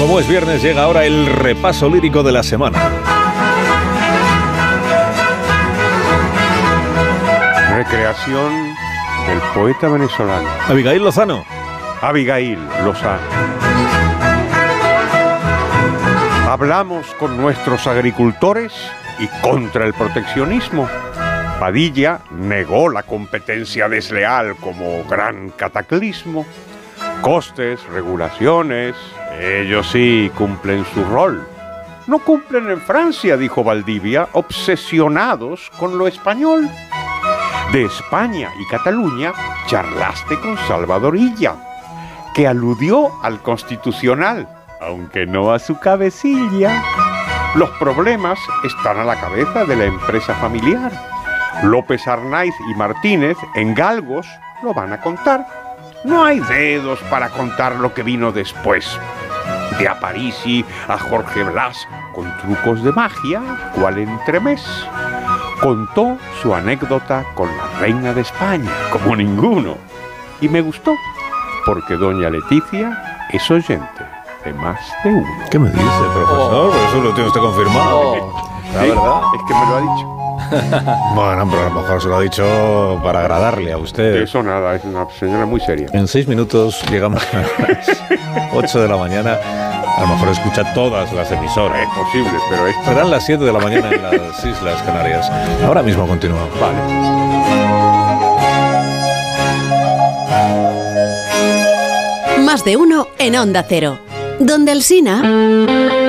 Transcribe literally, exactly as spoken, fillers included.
Como es viernes, llega ahora el repaso lírico de la semana. Recreación del poeta venezolano Abigail Lozano. Abigail Lozano. Hablamos con nuestros agricultores y contra el proteccionismo. Padilla negó la competencia desleal como gran cataclismo. Costes, regulaciones, ellos sí cumplen su rol. No cumplen en Francia, dijo Valdivia, obsesionados con lo español. De España y Cataluña charlaste con Salvador Illa, que aludió al Constitucional, aunque no a su cabecilla. Los problemas están a la cabeza de la empresa familiar. López Arnaiz y Martínez en Galgos lo van a contar. No hay dedos para contar lo que vino después. De Aparici a Jorge Blas, con trucos de magia, cual entremés. Contó su anécdota con la reina de España, como ninguno. Y me gustó, porque doña Leticia es oyente de más de uno. ¿Qué me dice, profesor? Oh. Eso lo tiene usted confirmado. Oh. La sí, verdad es que me lo ha dicho. Bueno, pero a lo mejor se lo ha dicho para agradarle a usted. Eso nada, es una señora muy seria. En seis minutos llegamos a las ocho de la mañana. A lo mejor escucha todas las emisoras. Es posible, pero es... Serán las siete de la mañana en las Islas Canarias. Ahora mismo continuamos. Vale. Más de uno en Onda Cero. Donde Alsina...